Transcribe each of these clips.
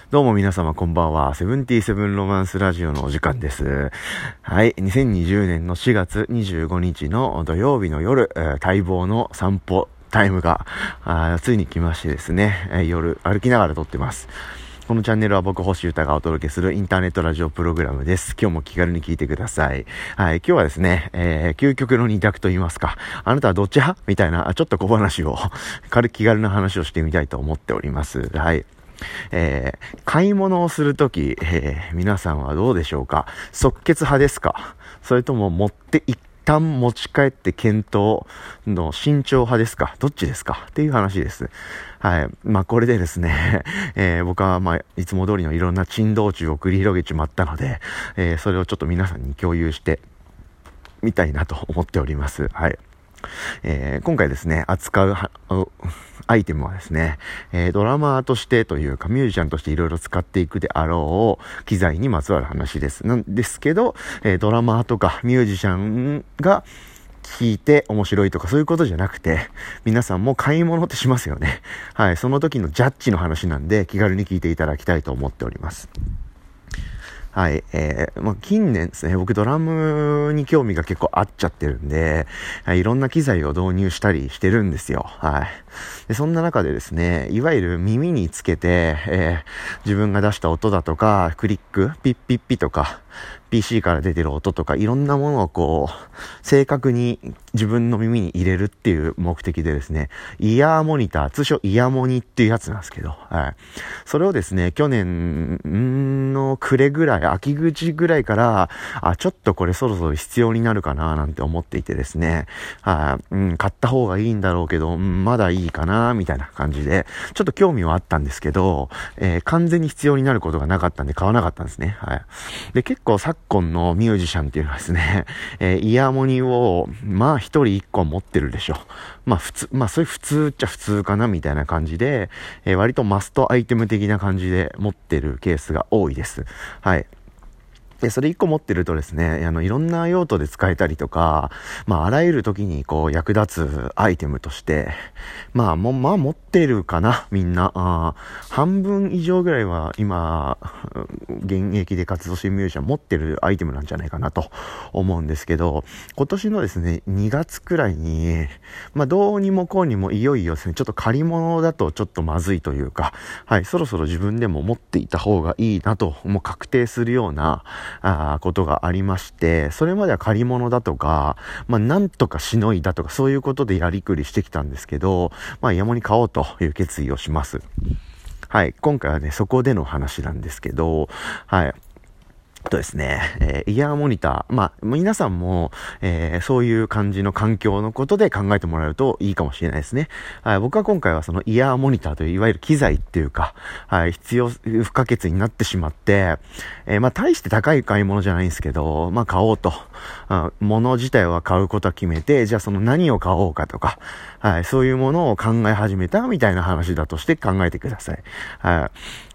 どうも皆様こんばんは。セブンティーセブンロマンスラジオのお時間です。はい。2020年の4月25日の土曜日の夜、待望の散歩タイムがついに来ましてですね、夜歩きながら撮ってます。このチャンネルは僕星歌がお届けするインターネットラジオプログラムです。今日も気軽に聞いてください。はい。今日はですね、究極の二択と言いますか、あなたはどっち派みたいなちょっと小話を気軽な話をしてみたいと思っております。はい。買い物をするとき、皆さんはどうでしょうか？即決派ですか？それとも一旦持ち帰って検討の慎重派ですか？どっちですか？っていう話です。はい。これでですね、僕はいつも通りのいろんな珍道中を繰り広げちまったので、それをちょっと皆さんに共有してみたいなと思っております。はい。今回ですね、扱うアイテムはですね、ドラマーとしてというかミュージシャンとしていろいろ使っていくであろう機材にまつわる話です。なんですけど、ドラマーとかミュージシャンが聞いて面白いとかそういうことじゃなくて、皆さんも買い物ってしますよね。はい、その時のジャッジの話なんで気軽に聞いていただきたいと思っております。はい。近年ですね、僕ドラムに興味が結構あっちゃってるんで、いろんな機材を導入したりしてるんですよ。はい。で、そんな中でですね、いわゆる耳につけて、自分が出した音だとか、クリック、ピッピッピとか、PC から出てる音とか、いろんなものを正確に自分の耳に入れるっていう目的でですね、イヤーモニター、通称イヤモニっていうやつなんですけど、はい。それをですね、去年の暮れぐらい、秋口ぐらいから、ちょっとこれそろそろ必要になるかななんて思っていてですね、買った方がいいんだろうけど、まだいいかなみたいな感じで、ちょっと興味はあったんですけど、完全に必要になることがなかったんで買わなかったんですね。はい。で、結構昨今のミュージシャンっていうのはですね、イヤモニを、一人一個持ってるでしょ。それ普通っちゃ普通かなみたいな感じで、割とマストアイテム的な感じで持ってるケースが多いです。はい。で、それ一個持ってるとですね、いろんな用途で使えたりとか、あらゆる時に役立つアイテムとして、持ってるかな、みんな。半分以上ぐらいは今、現役で活動しているミュージシャン持ってるアイテムなんじゃないかなと思うんですけど、今年のですね、2月くらいに、どうにもこうにもいよいよですね、ちょっと借り物だとちょっとまずいというか、はい、そろそろ自分でも持っていた方がいいなと、もう確定するような、ことがありまして、それまでは借り物だとか、なんとかしのいだとか、そういうことでやりくりしてきたんですけど、イヤモニ買おうという決意をします。はい、今回はね、そこでの話なんですけど、はい。ですね、イヤーモニター。皆さんも、そういう感じの環境のことで考えてもらうといいかもしれないですね。はい、僕は今回はそのイヤーモニターといういわゆる機材っていうか、はい、不可欠になってしまって、大して高い買い物じゃないんですけど、買おうと。物自体は買うことは決めて、じゃあその何を買おうかとか、はい、そういうものを考え始めたみたいな話だとして考えてください。はい。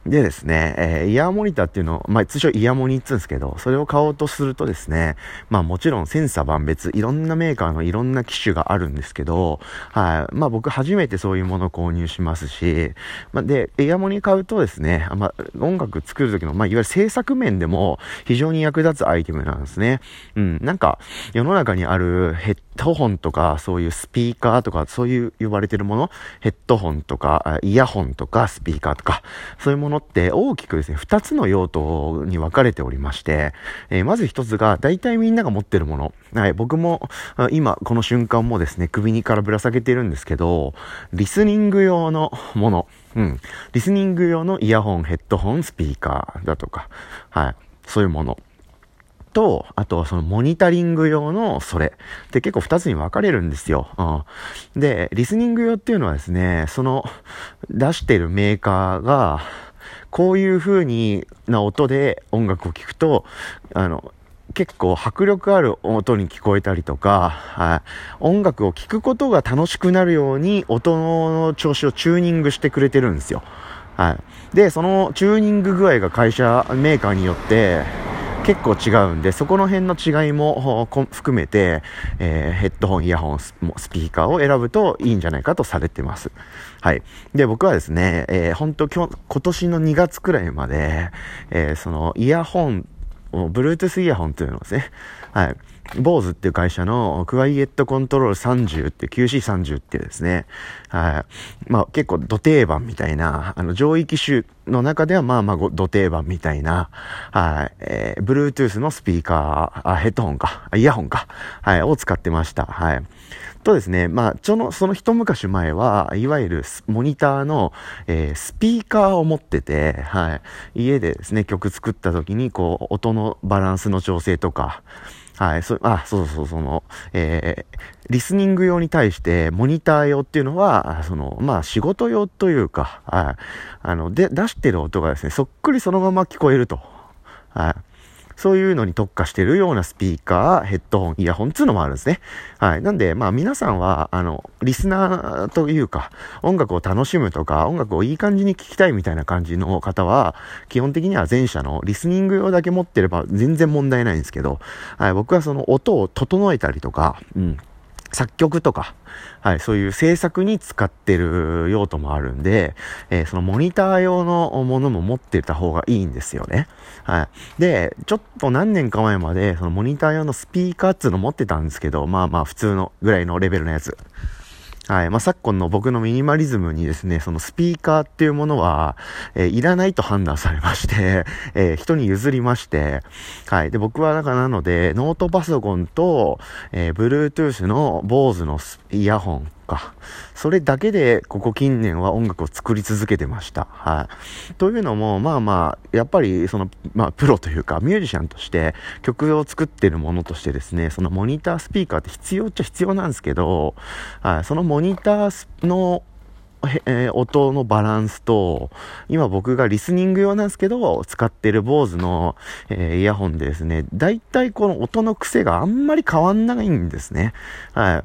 でですね、イヤーモニターっていうのを、通称イヤモニって言うんですけど、それを買おうとするとですね、もちろん千差万別、いろんなメーカーのいろんな機種があるんですけど、はい。僕初めてそういうものを購入しますし、で、イヤモニ買うとですね、音楽作る時の、いわゆる制作面でも非常に役立つアイテムなんですね。世の中にあるヘッドホンとか、そういうスピーカーとか、そういう呼ばれてるもの、ヘッドホンとか、イヤホンとか、スピーカーとか、そういうものって大きくですね、2つの用途に分かれておりまして、まず1つが、大体みんなが持ってるもの。はい、僕も、今、この瞬間もですね、首からぶら下げてるんですけど、リスニング用のもの。リスニング用のイヤホン、ヘッドホン、スピーカーだとか、はい、そういうもの。と、あとはそのモニタリング用のそれで結構2つに分かれるんですよ。で、リスニング用っていうのはですね、その出してるメーカーがこういう風な音で音楽を聴くと、結構迫力ある音に聞こえたりとか、音楽を聴くことが楽しくなるように音の調子をチューニングしてくれてるんですよ。はい。で、そのチューニング具合がメーカーによって結構違うんで、そこの辺の違いも含めて、ヘッドホン、イヤホン、スピーカーを選ぶといいんじゃないかとされてます。はい。で、僕はですね、本当今年の2月くらいまで、そのイヤホン、Bluetooth イヤホンというのですね。はい。BOSE っていう会社のクワイエットコントロール30っていう QC30 っていうですね。はい。まあ結構ド定番みたいな、上位機種の中ではまあド定番みたいな、はい。Bluetooth のスピーカー、ヘッドホンか、イヤホンか、はい、を使ってました。はい。とですね、まあ、その一昔前は、いわゆるモニターの、スピーカーを持ってて、はい。家でですね、曲作った時に、こう、音のバランスの調整とか、はい、リスニング用に対して、モニター用っていうのは、まあ、仕事用というか、はい。出してる音がですね、そっくりそのまま聞こえると。はい。そういうのに特化しているようなスピーカー、ヘッドホン、イヤホンっていうのもあるんですね。はい。なんで、まあ皆さんは、リスナーというか、音楽を楽しむとか、音楽をいい感じに聴きたいみたいな感じの方は、基本的には前者のリスニング用だけ持ってれば全然問題ないんですけど、はい。僕はその音を整えたりとか、作曲とか、はい、そういう制作に使ってる用途もあるんで、そのモニター用のものも持ってた方がいいんですよね。はい。で、ちょっと何年か前まで、そのモニター用のスピーカーっていうの持ってたんですけど、まあまあ普通のぐらいのレベルのやつ。はい。まあ、昨今の僕のミニマリズムにですね、そのスピーカーっていうものは、いらないと判断されまして、人に譲りまして、はい。で、僕はだからなので、ノートパソコンと、Bluetooth の BOSE のイヤホンか。それだけで、ここ近年は音楽を作り続けてました。はい。というのも、まあまあ、やっぱり、まあ、プロというか、ミュージシャンとして、曲を作ってるものとしてですね、そのモニタースピーカーって必要っちゃ必要なんですけど、はい。そのモニターの音のバランスと、今僕がリスニング用なんですけど、使ってる BOSE の、イヤホンでですね、だいたいこの音の癖があんまり変わんないんですね。はい。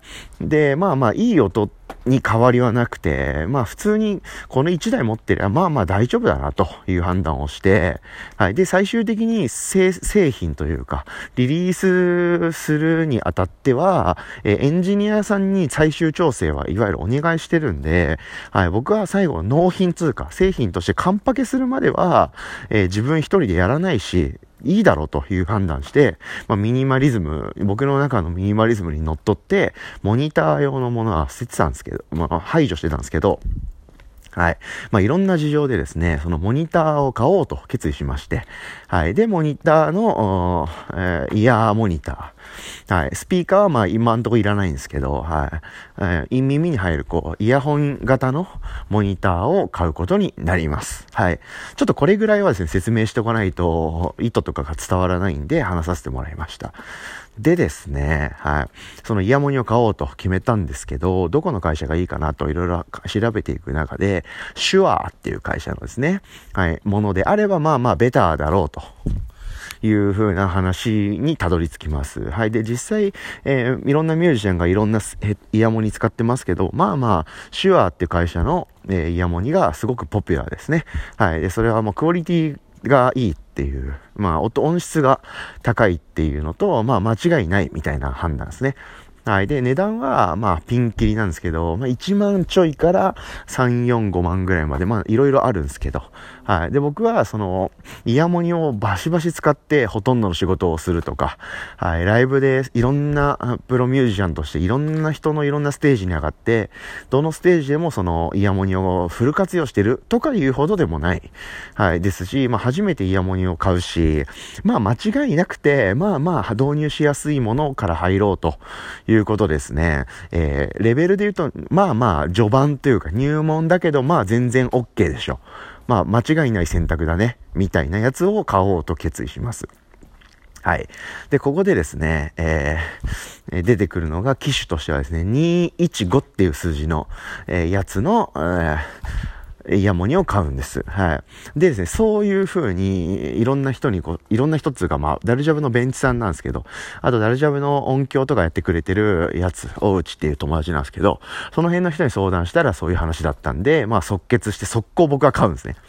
で、まあまあ、いい音に変わりはなくて、まあ普通にこの1台持ってりゃ、まあまあ大丈夫だなという判断をして、はい。で、最終的に製品というか、リリースするにあたっては、エンジニアさんに最終調整はいわゆるお願いしてるんで、はい。僕は最後納品通貨、製品として完パケするまでは、自分一人でやらないし、いいだろうという判断して、まあ、僕の中のミニマリズムにのっとって、モニター用のものは捨ててたんですけど、まあ、排除してたんですけど、はい。まあ、いろんな事情でですね、そのモニターを買おうと決意しまして、はい。で、モニターの、イヤーモニター。はい。スピーカーはまあ今んとこいらないんですけど、はい。耳に入るイヤホン型のモニターを買うことになります。はい。ちょっとこれぐらいはですね、説明しておかないと、意図とかが伝わらないんで話させてもらいました。でですね、はい。そのイヤモニを買おうと決めたんですけど、どこの会社がいいかなといろいろ調べていく中で、シュアーっていう会社のですね、はい、ものであればまあまあベターだろうと。いう風な話にたどり着きます。はい。で、実際、いろんなミュージシャンがいろんなイヤモニ使ってますけど、まあまあ、シュアーっていう会社の、イヤモニがすごくポピュラーですね。はい。で、それはもうクオリティがいいっていう、まあ、音質が高いっていうのと、まあ、間違いないみたいな判断ですね。はい。で、値段は、まあ、ピンキリなんですけど、まあ、1万ちょいから3、4、5万ぐらいまで、まあ、いろいろあるんですけど、はい。で、僕は、イヤモニをバシバシ使って、ほとんどの仕事をするとか、はい。ライブで、いろんなプロミュージシャンとして、いろんな人のいろんなステージに上がって、どのステージでもイヤモニをフル活用してるとかいうほどでもない。はい。ですし、まあ、初めてイヤモニを買うし、まあ、間違いなくて、まあまあ、導入しやすいものから入ろうということですね。レベルで言うと、まあまあ、序盤というか入門だけど、まあ全然 OK でしょ。まあ、間違いない選択だね。みたいなやつを買おうと決意します。はい。で、ここでですね、出てくるのが機種としてはですね、215っていう数字の、やつの、イヤモニを買うんです。はい。でですね、そういう風に、いろんな人っていうか、まあ、ダルジャブのベンチさんなんですけど、あとダルジャブの音響とかやってくれてるやつ、大内っていう友達なんですけど、その辺の人に相談したらそういう話だったんで、まあ、即決して速攻僕は買うんですね。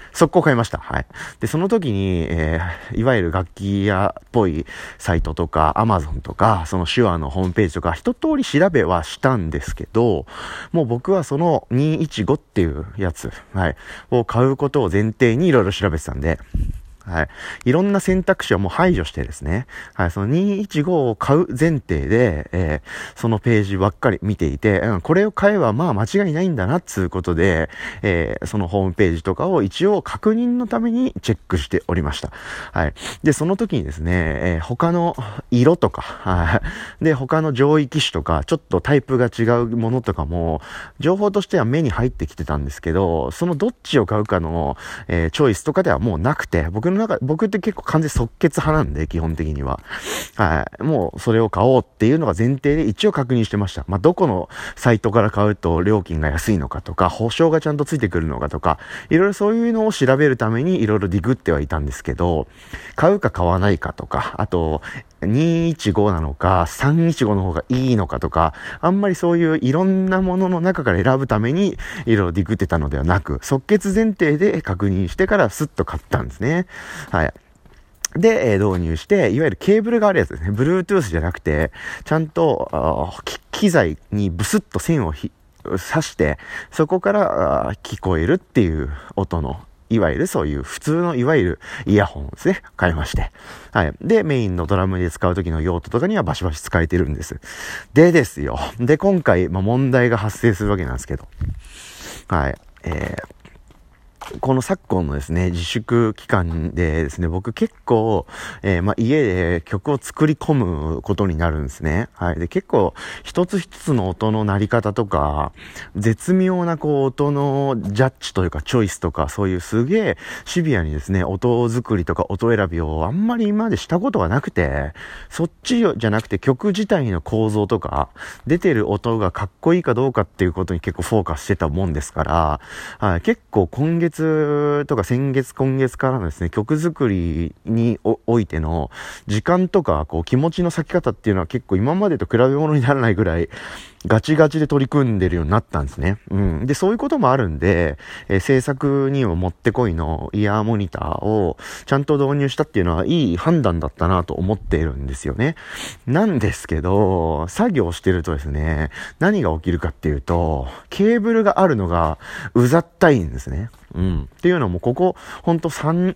速攻買いました。はい。で、その時に、いわゆる楽器屋っぽいサイトとか、Amazon とか、その手話のホームページとか、一通り調べはしたんですけど、もう僕はその215っていうやつ、はい、を買うことを前提にいろいろ調べてたんで、はい。いろんな選択肢をもう排除してですね。はい。その215を買う前提で、そのページばっかり見ていて、これを買えばまあ間違いないんだなっつうことで、そのホームページとかを一応確認のためにチェックしておりました。はい。で、その時にですね、他の色とか、はい。で、他の上位機種とか、ちょっとタイプが違うものとかも、情報としては目に入ってきてたんですけど、そのどっちを買うかの、チョイスとかではもうなくて、僕って結構完全即決派なんで、基本的には。はい。もうそれを買おうっていうのが前提で一応確認してました。まあ、どこのサイトから買うと料金が安いのかとか、保証がちゃんとついてくるのかとか、いろいろそういうのを調べるためにいろいろディグってはいたんですけど、買うか買わないかとか、あと、215なのか、315の方がいいのかとか、あんまりそういういろんなものの中から選ぶためにいろいろディグってたのではなく、即決前提で確認してからスッと買ったんですね。はい。で、導入して、いわゆるケーブルがあるやつですね。Bluetooth じゃなくて、ちゃんと、機材にブスッと線を刺して、そこから聞こえるっていう音の、いわゆるそういう普通のいわゆるイヤホンですね。買いまして。はい。で、メインのドラムで使う時の用途とかにはバシバシ使えてるんです。でですよ。で、今回、問題が発生するわけなんですけど。はい。この昨今のですね、自粛期間でですね、僕結構、家で曲を作り込むことになるんですね。はい。で、結構、一つ一つの音の鳴り方とか、絶妙な音のジャッジというか、チョイスとか、そういうすげえシビアにですね、音作りとか音選びをあんまり今までしたことがなくて、そっちじゃなくて曲自体の構造とか、出てる音がかっこいいかどうかっていうことに結構フォーカスしてたもんですから、はい、結構今月とか今月からのですね、曲作りにおいての時間とか、気持ちの割き方っていうのは結構今までと比べ物にならないぐらい、ガチガチで取り組んでるようになったんですね。うん。で、そういうこともあるんで、制作にももってこいのイヤーモニターをちゃんと導入したっていうのはいい判断だったなと思っているんですよね。なんですけど、作業してるとですね、何が起きるかっていうと、ケーブルがあるのがうざったいんですね。うん。っていうのも、ここ、ほんと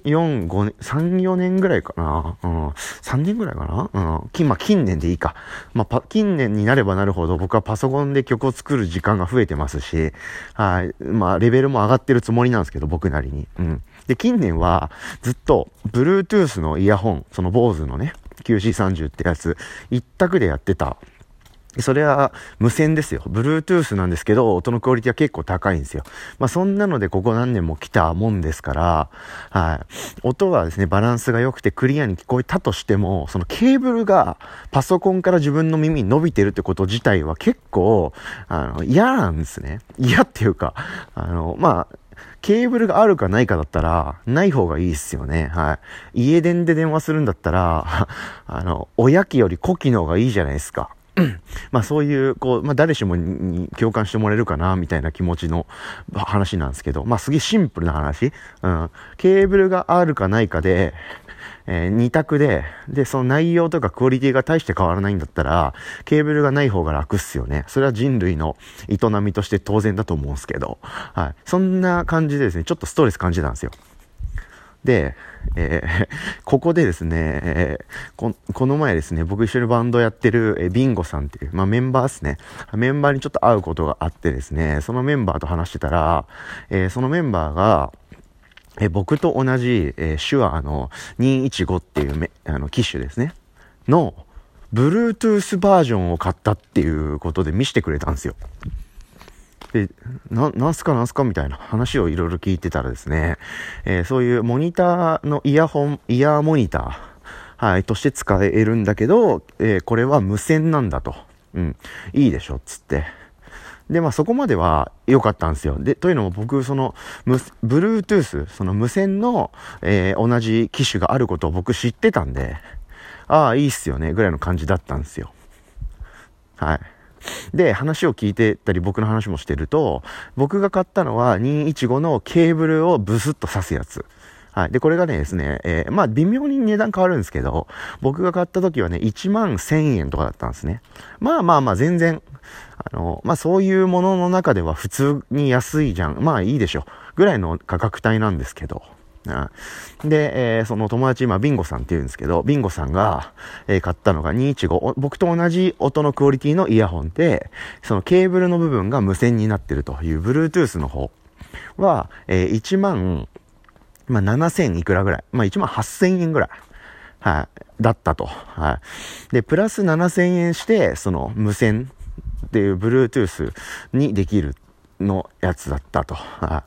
3、4年ぐらいかな。うん。3年ぐらいかな。うん。近年でいいか。近年になればなるほど、僕はパソコンで曲を作る時間が増えてますし、はい。レベルも上がってるつもりなんですけど、僕なりに。うん。で、近年は、ずっと、Bluetooth のイヤホン、その BOSE のね、QC30 ってやつ、一択でやってた。それは無線ですよ。Bluetooth なんですけど、音のクオリティは結構高いんですよ。そんなのでここ何年も来たもんですから、はい。音はですね、バランスが良くてクリアに聞こえたとしても、そのケーブルがパソコンから自分の耳に伸びてるってこと自体は結構、嫌なんですね。嫌っていうか、ケーブルがあるかないかだったら、ない方がいいっすよね。はい。家電で電話するんだったら、親機より子機の方がいいじゃないですか。そういう、誰しもに共感してもらえるかな、みたいな気持ちの話なんですけど、すげえシンプルな話。うん。ケーブルがあるかないかで、二択で、その内容とかクオリティが大して変わらないんだったら、ケーブルがない方が楽っすよね。それは人類の営みとして当然だと思うんですけど、はい。そんな感じでですね、ちょっとストレス感じたんですよ。で、ここでですね、この前ですね、僕一緒にバンドやってる、ビンゴさんっていう、メンバーですね。メンバーにちょっと会うことがあってですね、そのメンバーと話してたら、そのメンバーが、僕と同じ、手話の215っていう機種ですね、の、Bluetooth バージョンを買ったっていうことで見せてくれたんですよ。で、なんすかみたいな話をいろいろ聞いてたらですね、そういうモニターのイヤーモニター、はい、として使えるんだけど、これは無線なんだと。うん、いいでしょ、つって。で、そこまでは良かったんですよ。で、というのも僕、Bluetooth、その無線の、同じ機種があることを僕知ってたんで、ああ、いいっすよね、ぐらいの感じだったんですよ。はい。 で、話を聞いてたり、僕の話もしてると、僕が買ったのは215のケーブルをブスッと刺すやつ。はい。で、これがねですね、まあ、微妙に値段変わるんですけど、僕が買った時はね、1万1000円とかだったんですね。まあ、全然、まあ、そういうものの中では普通に安いじゃん。まあ、いいでしょ。ぐらいの価格帯なんですけど。で、その友達、今、ビンゴさんって言うんですけど、ビンゴさんが、買ったのが215、僕と同じ音のクオリティのイヤホンで、そのケーブルの部分が無線になってるという Bluetooth の方は、1万、まあ、7000いくらぐらい。まあ、1万8000円ぐらい。はい。だったと。はい。で、プラス7000円して、その無線っていう Bluetooth にできるのやつだったと。はい。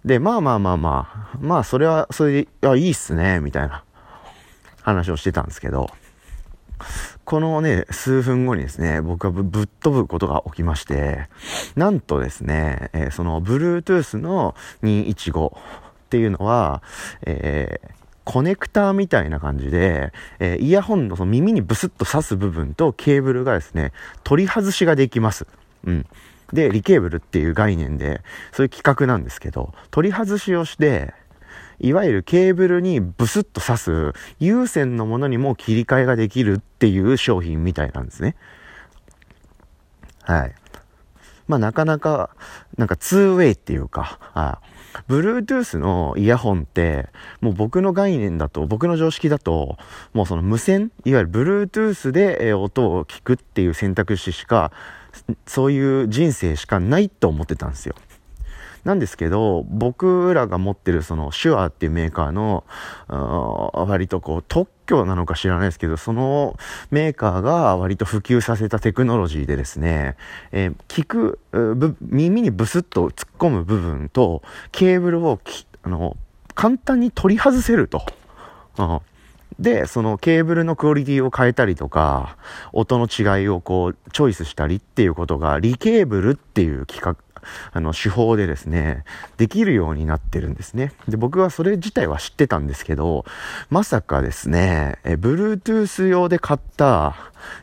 で、まあ、それは、それで、いいっすね、みたいな話をしてたんですけど、このね、数分後にですね、僕はぶっ飛ぶことが起きまして、なんとですね、その Bluetooth の215、っていうのは、コネクターみたいな感じで、イヤホンのその耳にブスッと刺す部分とケーブルがですね、取り外しができます。うん。で、リケーブルっていう概念で、そういう企画なんですけど、取り外しをして、いわゆるケーブルにブスッと刺す有線のものにも切り替えができるっていう商品みたいなんですね。はい。まあなかなか、2way っていうか、Bluetooth のイヤホンって、もう僕の概念だと、僕の常識だと、もうその無線、いわゆる Bluetooth で音を聞くっていう選択肢しか、そういう人生しかないと思ってたんですよ。なんですけど、僕らが持ってるそのシュアっていうメーカーの、割とこう特許なのか知らないですけど、そのメーカーが割と普及させたテクノロジーでですね、聞く、耳にブスッと突っ込む部分とケーブルを簡単に取り外せると。で、そのケーブルのクオリティを変えたりとか、音の違いをこうチョイスしたりっていうことがリケーブルっていう企画、手法でですね、できるようになってるんですね。で、僕はそれ自体は知ってたんですけど、まさかですね、Bluetooth 用で買った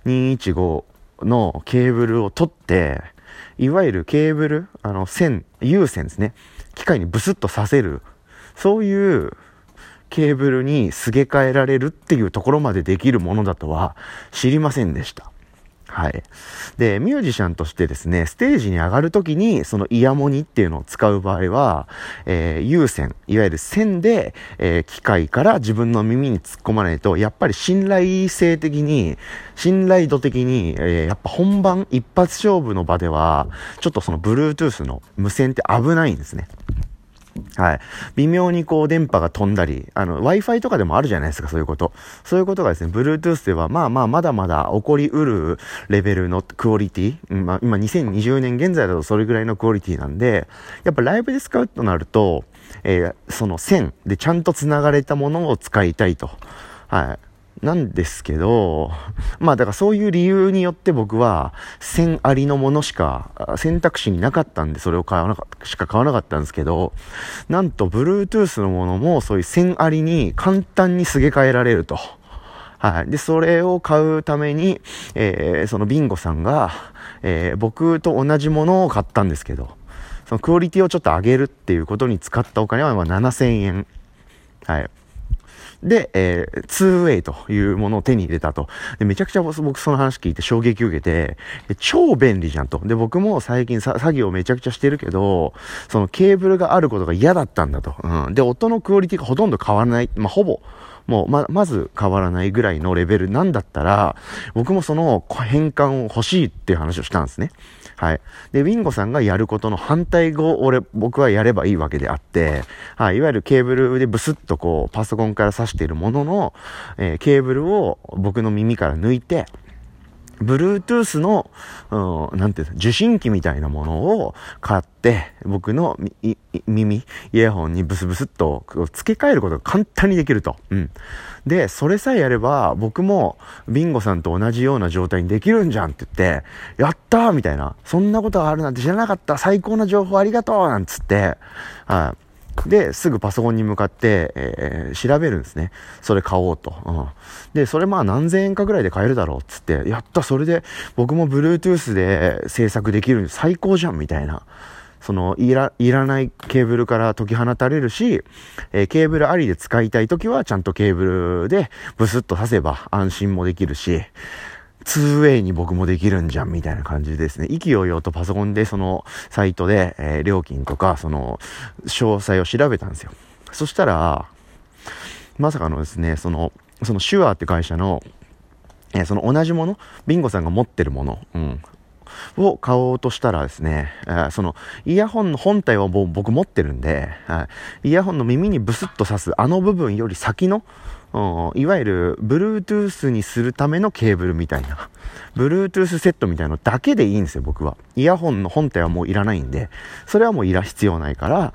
215のケーブルを取って、いわゆるケーブル、有線ですね、機械にブスッとさせる、そういうケーブルにすげ替えられるっていうところまでできるものだとは知りませんでした。はい。で、ミュージシャンとしてですね、ステージに上がるときに、そのイヤモニっていうのを使う場合は、有線、いわゆる線で、機械から自分の耳に突っ込まないと、やっぱり信頼度的に、やっぱ本番、一発勝負の場では、ちょっとその Bluetooth の無線って危ないんですね。はい。微妙にこう電波が飛んだり、Wi-Fi とかでもあるじゃないですか、そういうこと。そういうことがですね、Bluetooth ではまだまだ起こりうるレベルのクオリティ、今2020年現在だとそれぐらいのクオリティなんで、やっぱライブで使うとなると、その線でちゃんと繋がれたものを使いたいと。はい。なんですけど、だからそういう理由によって僕は線ありのものしか選択肢になかったんで、それを買わなかったんですけど、なんと Bluetooth のものもそういう線ありに簡単にすげ替えられると。はい。で、それを買うために、そのビンゴさんが、僕と同じものを買ったんですけど、そのクオリティをちょっと上げるっていうことに使ったお金は7000円。はい。で、2way というものを手に入れたと。で、めちゃくちゃ僕その話聞いて衝撃を受けて、超便利じゃんと。で、僕も最近作業めちゃくちゃしてるけど、そのケーブルがあることが嫌だったんだと。うん。で、音のクオリティがほとんど変わらない。ほぼ。もう、まず変わらないぐらいのレベルなんだったら、僕もその変換を欲しいっていう話をしたんですね。はい。で、ウィンゴさんがやることの反対語を僕はやればいいわけであって、はい。いわゆるケーブルでブスッとこう、パソコンから挿しているものの、ケーブルを僕の耳から抜いて、Bluetooth の、なんていうの、受信機みたいなものを買って、僕のイヤホンにブスブスっと付け替えることが簡単にできると。うん。で、それさえやれば、僕もビンゴさんと同じような状態にできるんじゃんって言って、やったーみたいな、そんなことがあるなんて知らなかった、最高な情報ありがとうなんつって、 で、すぐパソコンに向かって、調べるんですね。それ買おうと。で、それまあ何千円かぐらいで買えるだろうっつって、やった、それで僕も Bluetooth で制作できる最高じゃんみたいな。いらないケーブルから解き放たれるし、ケーブルありで使いたいときはちゃんとケーブルでブスッと挿せば安心もできるし、2way に僕もできるんじゃんみたいな感じですね。意気揚々とパソコンでそのサイトで、料金とかその詳細を調べたんですよ。そしたら、まさかのですね、そのシュアーって会社の、その同じもの、ビンゴさんが持ってるもの、を買おうとしたらですね、そのイヤホンの本体は僕持ってるんで、イヤホンの耳にブスッと挿すあの部分より先の、いわゆる Bluetooth にするためのケーブルみたいな Bluetooth セットみたいなのだけでいいんですよ。僕はイヤホンの本体はもういらないんで、それはもう必要ないから、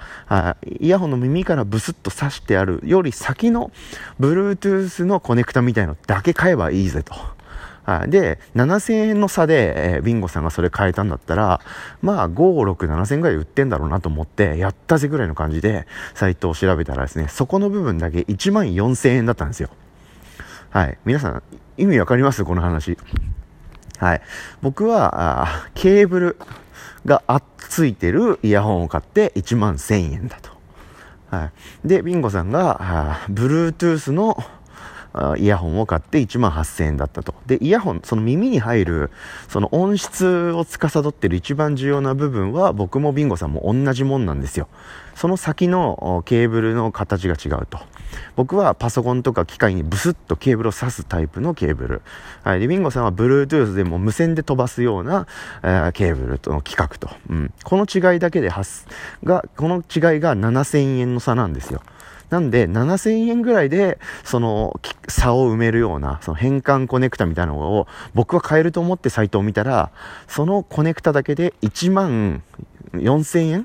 イヤホンの耳からブスッと挿してあるより先の Bluetooth のコネクタみたいなのだけ買えばいいぜと。で、7000円の差で、ビンゴさんがそれ買えたんだったら、まあ、5、6、7000円ぐらい売ってんだろうなと思って、やったぜぐらいの感じで、サイトを調べたらですね、そこの部分だけ1万4000円だったんですよ。はい。皆さん、意味わかりますこの話。はい。僕は、ケーブルがついてるイヤホンを買って1万1000円だと。はい。で、ビンゴさんが、Bluetooth のイヤホンを買って1万8000円だったと。で、イヤホン、その耳に入る、その音質を司っている一番重要な部分は、僕もビンゴさんも同じもんなんですよ。その先のケーブルの形が違うと。僕はパソコンとか機械にブスッとケーブルを挿すタイプのケーブル。はい。で、ビンゴさんは Bluetooth でも無線で飛ばすような、ケーブルとの規格と。この違いだけでこの違いが7000円の差なんですよ。なんで、7000円ぐらいで、その差を埋めるような、その変換コネクタみたいなのを僕は買えると思ってサイトを見たら、そのコネクタだけで1万4000円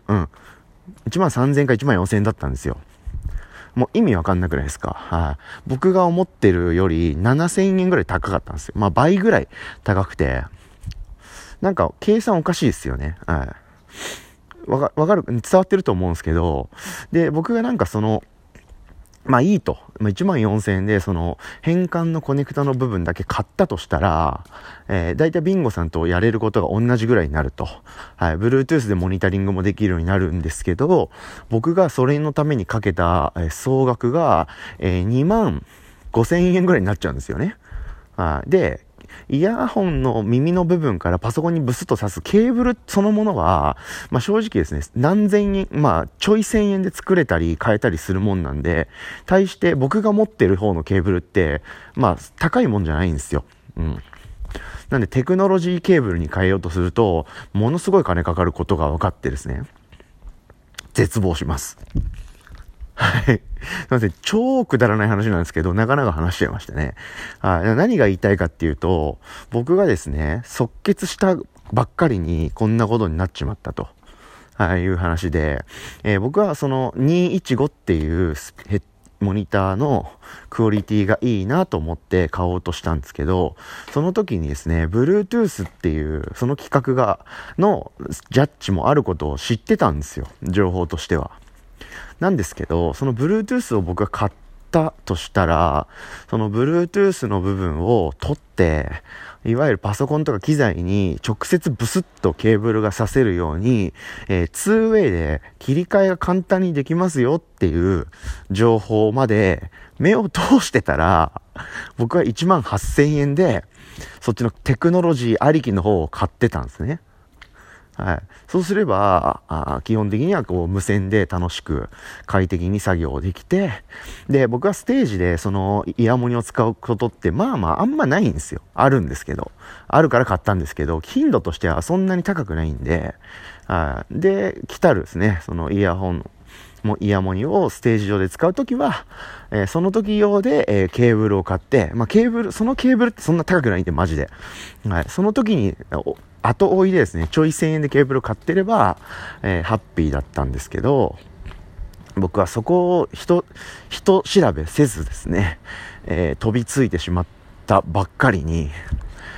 1万3000円か1万4000円だったんですよ。もう意味わかんなくないですか。僕が思ってるより7000円ぐらい高かったんですよ。まあ倍ぐらい高くて、なんか計算おかしいですよね。わかる、伝わってると思うんですけど、で、僕がなんかまあいいと。1万4000円で、その、変換のコネクタの部分だけ買ったとしたら、だいたいビンゴさんとやれることが同じぐらいになると。はい。Bluetooth でモニタリングもできるようになるんですけど、僕がそれのためにかけた、総額が、2万5000円ぐらいになっちゃうんですよね。で、イヤホンの耳の部分からパソコンにブスッと挿すケーブルそのものは、まあ正直ですね、何千円、まあちょい1000円で作れたり変えたりするもんなんで、対して僕が持ってる方のケーブルって、まあ高いもんじゃないんですよ。なんでテクノロジーケーブルに変えようとすると、ものすごい金かかることが分かってですね、絶望します。はい。すいません。超くだらない話なんですけど、なかなか話しちゃいましたね。何が言いたいかっていうと、僕がですね、即決したばっかりにこんなことになっちまったと。いう話で、僕はその215っていうモニターのクオリティがいいなと思って買おうとしたんですけど、その時にですね、Bluetooth っていうその規格のジャッジもあることを知ってたんですよ。情報としては。なんですけど、その Bluetooth を僕が買ったとしたら、その Bluetooth の部分を取って、いわゆるパソコンとか機材に直接ブスッとケーブルが挿せるように、2way で切り替えが簡単にできますよっていう情報まで目を通してたら、僕は1万8000円で、そっちのテクノロジーありきの方を買ってたんですね。はい。そうすれば、基本的にはこう無線で楽しく快適に作業できて、で、僕はステージでそのイヤモニを使うことってまああんまないんですよ。あるんですけど。あるから買ったんですけど、頻度としてはそんなに高くないんで、で、来たるですね、そのイヤモニをステージ上で使うときは、その時用で、ケーブルを買って、そのケーブルってそんな高くないんで、マジで。はい。その時に、後追いでですね、ちょい1000円でケーブルを買ってれば、ハッピーだったんですけど、僕はそこを人調べせずですね、飛びついてしまったばっかりに、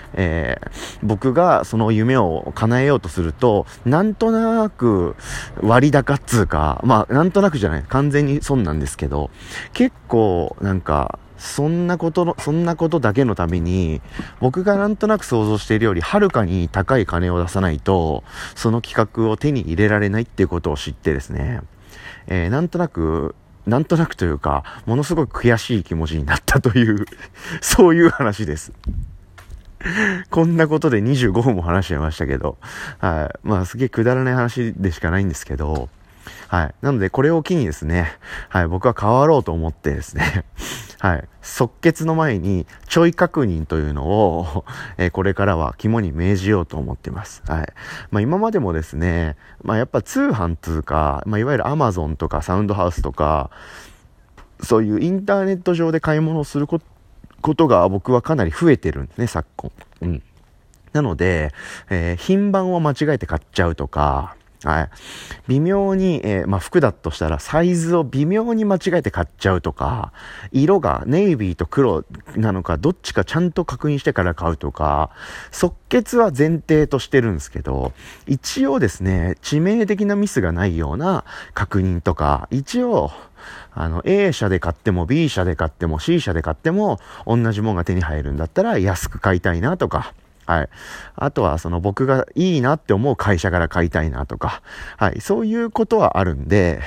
僕がその夢を叶えようとすると、なんとなく割高っつうか、まあなんとなくじゃない、完全に損なんですけど、結構なんか、そんなことだけのために、僕がなんとなく想像しているよりはるかに高い金を出さないと、その企画を手に入れられないっていうことを知ってですね、なんとなくというか、ものすごく悔しい気持ちになったというそういう話です。こんなことで25分も話しちゃいましたけど、はい。まあ、すげえくだらない話でしかないんですけど、はい。なので、これを機にですね、はい。僕は変わろうと思ってですね、はい。即決の前に、ちょい確認というのを、これからは肝に銘じようと思ってます。はい。まあ、今までもですね、まあ、やっぱ通販というか、まあ、いわゆる Amazon とかサウンドハウスとか、そういうインターネット上で買い物をすることが僕はかなり増えてるんですね、昨今。うん。なので、品番を間違えて買っちゃうとか、はい。微妙に、まあ、服だとしたらサイズを微妙に間違えて買っちゃうとか、色がネイビーと黒なのかどっちかちゃんと確認してから買うとか、即決は前提としてるんですけど、一応ですね、致命的なミスがないような確認とか、一応、A 社で買っても B 社で買っても C 社で買っても同じものが手に入るんだったら安く買いたいなとか、はい。あとは僕がいいなって思う会社から買いたいなとか、はい。そういうことはあるんで、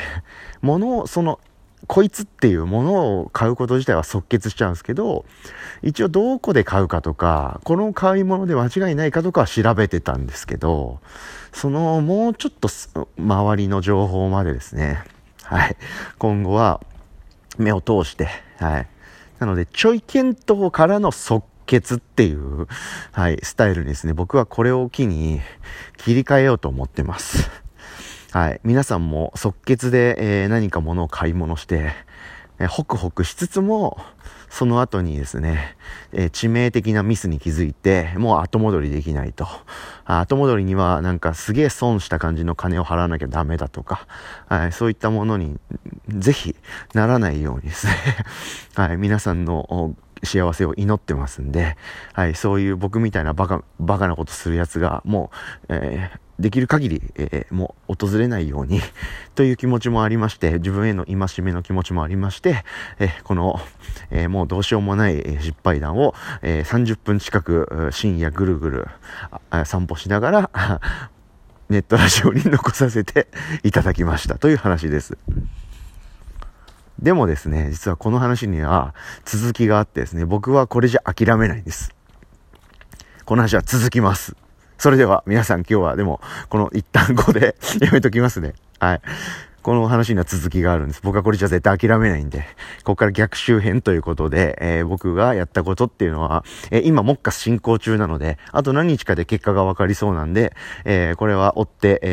こいつっていうものを買うこと自体は即決しちゃうんですけど、一応どこで買うかとか、この買い物で間違いないかとかは調べてたんですけど、もうちょっと周りの情報までですね、はい。今後は目を通して、はい。なので、ちょい検討からの即決っていう、はい、スタイルにですね、僕はこれを機に切り替えようと思ってます。はい。皆さんも即決で、何か物を買い物して、ホクホクしつつも、その後にですね、致命的なミスに気づいて、もう後戻りできないと。後戻りにはなんかすげえ損した感じの金を払わなきゃダメだとか、はい、そういったものにぜひならないようにですね、はい、皆さんの幸せを祈ってますんで、はい、そういう僕みたいなバカなことするやつがもう、できる限り、もう訪れないようにという気持ちもありまして、自分への戒めの気持ちもありまして、この、もうどうしようもない失敗談を、30分近く深夜ぐるぐる散歩しながらネットラジオに残させていただきましたという話です。でもですね、実はこの話には続きがあってですね、僕はこれじゃ諦めないんです。この話は続きます。それでは皆さん今日はでもこの一旦ここでやめときますね。はい。この話には続きがあるんです。僕はこれじゃ絶対諦めないんで、ここから逆襲編ということで、僕がやったことっていうのは、今目下進行中なので、あと何日かで結果が分かりそうなんで、これは追って、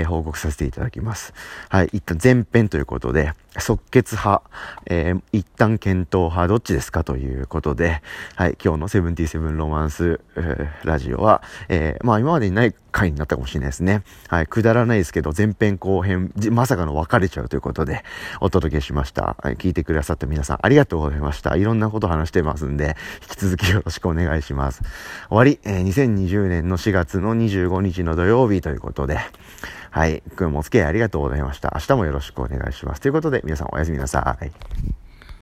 報告させていただきます。はい、一旦前編ということで、即決派、一旦検討派どっちですかということで、はい、今日のセブンティーセブンロマンス、ラジオは、まあ今までにない回になったかもしれないですね。はい、くだらないですけど前編後編まさかの分かれちゃうということでお届けしました。はい、聞いてくださった皆さんありがとうございました。いろんなこと話してますんで引き続きよろしくお願いします。終わり、2020年の4月の25日の土曜日ということで、はい、今日もお付き合いありがとうございました。明日もよろしくお願いします。ということで皆さんおやすみなさい。